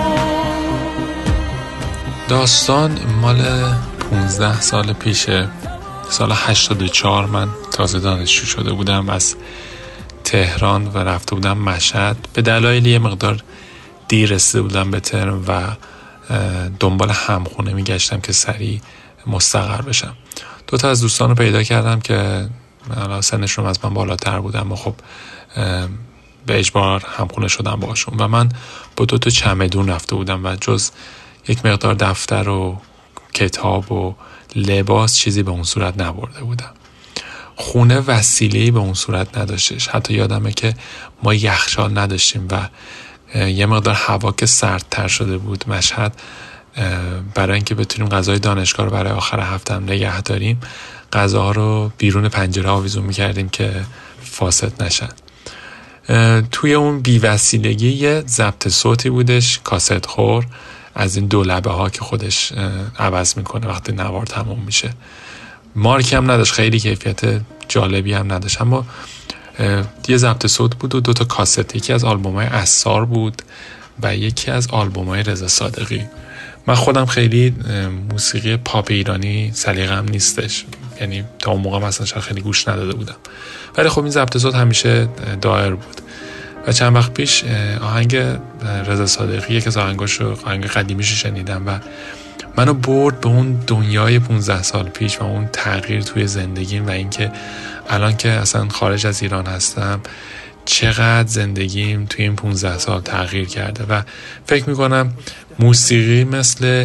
داستان مال 15 سال پیشه. سال 84 من تازه دانشجو شده بودم از تهران و رفته بودم مشهد. به دلایلی یه مقدار دیر رسیده بودم به تهران و دنبال همخونه میگشتم که سریع مستقر بشم. 2 تا از دوستان رو پیدا کردم که سنشون از من بالاتر بودم و خب به اجبار همخونه شدم باشون و من با 2 تا چمدون رفته بودم و جز یک مقدار دفتر و کتاب و لباس چیزی به اون صورت نبرده بودم. خونه وسیله‌ای به اون صورت نداشتش. حتی یادمه که ما یخچال نداشتیم و یه مقدار هوا که سردتر شده بود مشهد، برای اینکه بتونیم غذای دانشگاه رو برای آخر هفته هم نگه داریم، غذاها رو بیرون پنجره آویزون می‌کردیم که فاسد نشن. توی اون بی‌وسیلگی یه ضبط صوتی بودش، کاست خور از این 2 لبه ها که خودش عوض میکنه وقتی نوار تموم میشه. مارکی هم نداشت، خیلی کیفیت جالبی هم نداشت، اما یه ضبط صوت بود و 2 تا کاست، یکی از آلبوم‌های عصار بود و یکی از آلبوم‌های رضا صادقی. من خودم خیلی موسیقی پاپ ایرانی سلیقه‌ام نیستش، یعنی تا اون موقع مثلا شاید خیلی گوش نداده بودم، ولی خب این ضبط صوت همیشه دایر بود. و چند وقت پیش آهنگ رضا صادقی، یک از آهنگ قدیمیشو شنیدم و منو برد به اون دنیای 15 سال پیش و اون تغییر توی زندگیم و اینکه الان که اصلا خارج از ایران هستم چقدر زندگیم توی این 15 سال تغییر کرده و فکر میکنم موسیقی مثل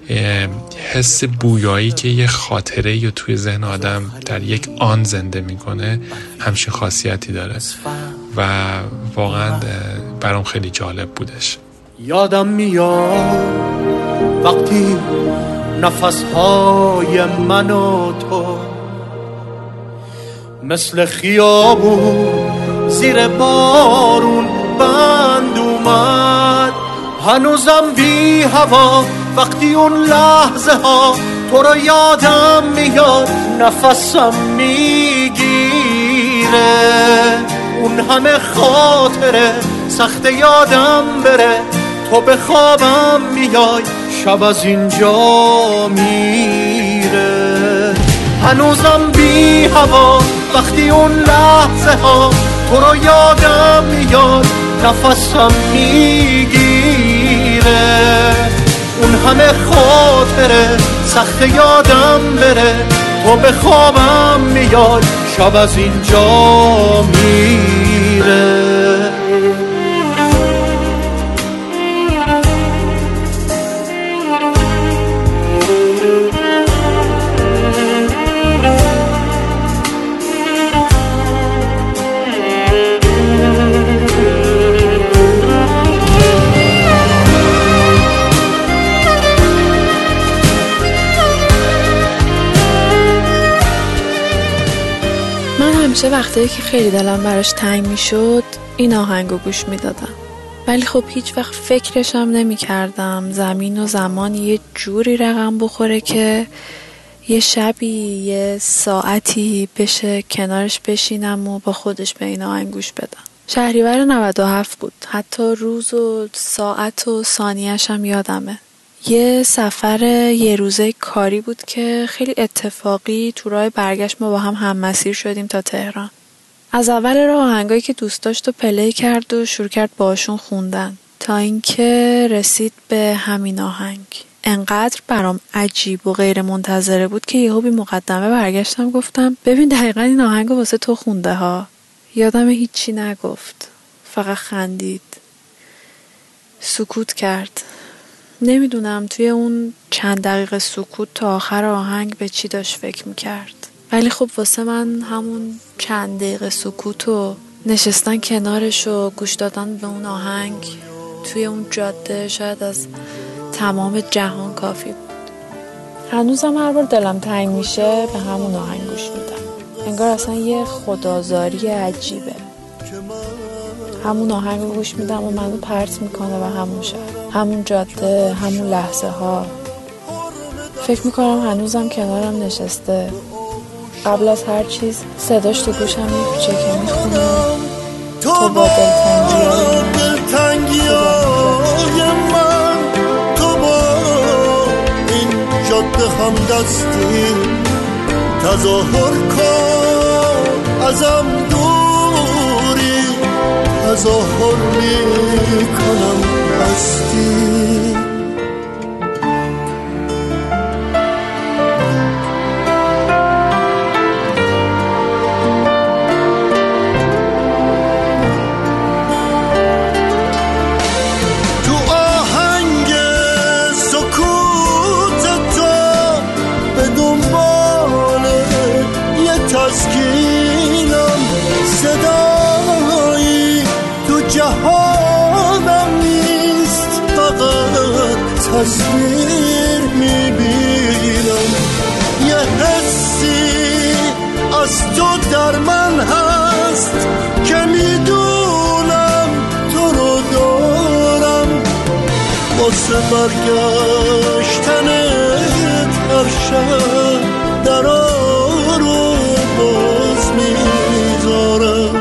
حس بویایی که یه خاطره یا توی ذهن آدم در یک آن زنده میکنه همچین خاصیتی داره و واقعا برام خیلی جالب بودش. یادم میاد وقتی نفسهای من و تو مثل خیابون زیر بارون بند اومد، هنوزم بی هوا وقتی اون لحظه ها تو رو یادم میاد نفسم میگیره، اون همه خاطره سخت یادم بره، تو به خوابم میای شب از اینجا میره، هنوزم بی هوا وقتی اون لحظه ها تو رو یادم میاد نفسم میگیره، اون همه خاطره سخت یادم بره، تو به خوابم میای شب از اینجا میره. همیشه وقتایی که خیلی دلم براش تنگ میشد این آهنگو گوش میدادم، ولی خب هیچ وقت فکرشم نمی کردم زمین و زمان یه جوری رقم بخوره که یه شبی یه ساعتی بشه کنارش بشینم و با خودش به این آهنگ گوش بدم. شهریور 97 بود، حتی روز و ساعت و ثانیه‌اش هم یادمه. یه سفر یه روزه کاری بود که خیلی اتفاقی تو راه برگشت ما با هم مسیر شدیم تا تهران. از اول راه آهنگایی که دوست داشت و پلی کرد و شروع کرد باشون خوندن تا اینکه رسید به همین آهنگ. انقدر برام عجیب و غیر منتظره بود که یهو بی مقدمه برگشتم گفتم ببین دقیقا این آهنگو واسه تو خونده ها. یادم هیچی نگفت، فقط خندید، سکوت کرد. نمیدونم توی اون چند دقیقه سکوت تا آخر آهنگ به چی داشت فکر میکرد، ولی خب واسه من همون چند دقیقه سکوت و نشستن کنارش و گوش دادن به اون آهنگ توی اون جاده شاید از تمام جهان کافی بود. هنوزم هر بار دلم تنگ میشه به همون آهنگ گوش میدم، انگار اصلا یه خدازاری عجیبه. همون آهنگ رو گوش میدم و منو پرت میکنه و همون شب، همون جاده، همون لحظه ها. فکر میکنم هنوزم کنارم نشسته، قبل از هر چیز صداش تو گوشم میپیچه که میخونه تو با دلتنگیای من، تو با این جاده هم دستی تظاهر کن ازم دوری، تظاهر میکنم هستی. تسکینم صدایی تو جهانم نیست، فقط تصویر میبینم، یه حسی از تو در من هست که میدونم تو رو دارم، واسه برگشتنت هر شب در رو باز میذارم.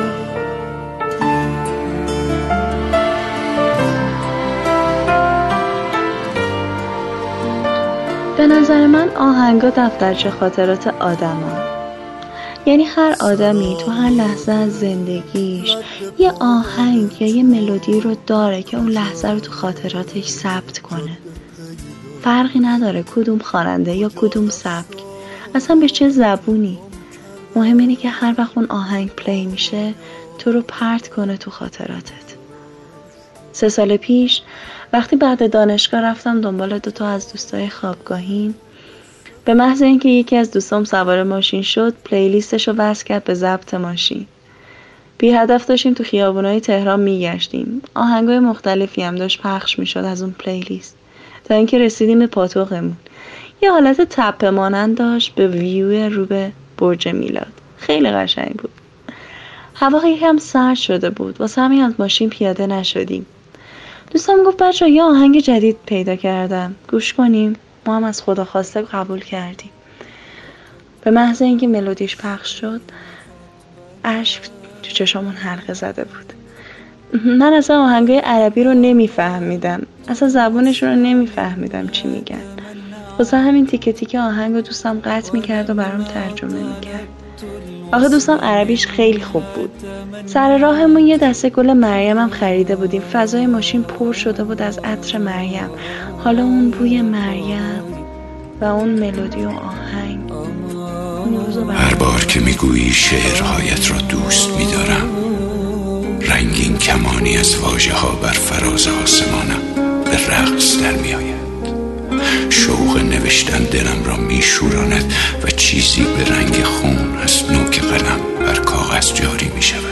به نظر من آهنگا دفترچه خاطرات آدم‌ها. یعنی هر آدمی تو هر لحظه از زندگیش یه آهنگ یا یه ملودی رو داره که اون لحظه رو تو خاطراتش ثبت کنه. فرقی نداره کدوم خواننده یا کدوم سبک، اصلا به چه زبونی. مهم اینه که هر وقت اون آهنگ پلی میشه تو رو پرت کنه تو خاطراتت. 3 سال پیش وقتی بعد دانشگاه رفتم دنبال 2 از دوستای خوابگاهیم، به محض اینکه یکی از دوستام سوار ماشین شد پلیلیستش رو وصل کرد به ضبط ماشین. بی هدف داشتیم تو خیابونای تهران میگشتیم. آهنگای مختلفی هم داشت پخش میشد از اون پلیلیست تا اینکه رسیدیم به پاتوقمون. یه حالت تپه مانند داشت به ویو رو به برج میلاد. خیلی قشنگ بود. هوا یکم سرد شده بود. واسه همین از ماشین پیاده نشدیم. دوستم گفت بچه‌ها یه آهنگ جدید پیدا کردم، گوش کنیم. ما هم از خدا خواسته قبول کردیم. به محض اینکه ملودیش پخش شد اشک تو چشامون حلقه زده بود. من اصلا آهنگای عربی رو نمیفهمیدم، اصلا زبانشون رو نمیفهمیدم چی میگن. واسه همین تیکه تیکه آهنگ رو دوستم قطع میکرد و برام ترجمه میکرد. آخه دوستم عربیش خیلی خوب بود. سر راهمون یه دسته گل مریم هم خریده بودیم. فضای ماشین پر شده بود از عطر مریم. حالا اون بوی مریم و اون ملودی و آهنگ. هر بار که میگویی شعرهایت را دوست میدارم، رنگین کمانی از واژه ها بر فراز آسمانم به رقص در میآید. شوق نوشتن دلم را میشوراند و چیزی به رنگ خون از نوک قلم بر کاغذ جاری میشود.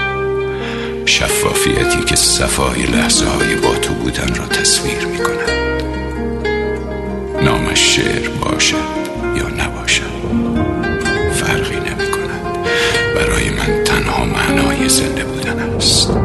شفافیتی که صفای لحظه های با تو بودن را تصویر میکند. نامش شعر باشد یا نباشد فرقی نمیکند. برای من تنها معنای زنده بودن است.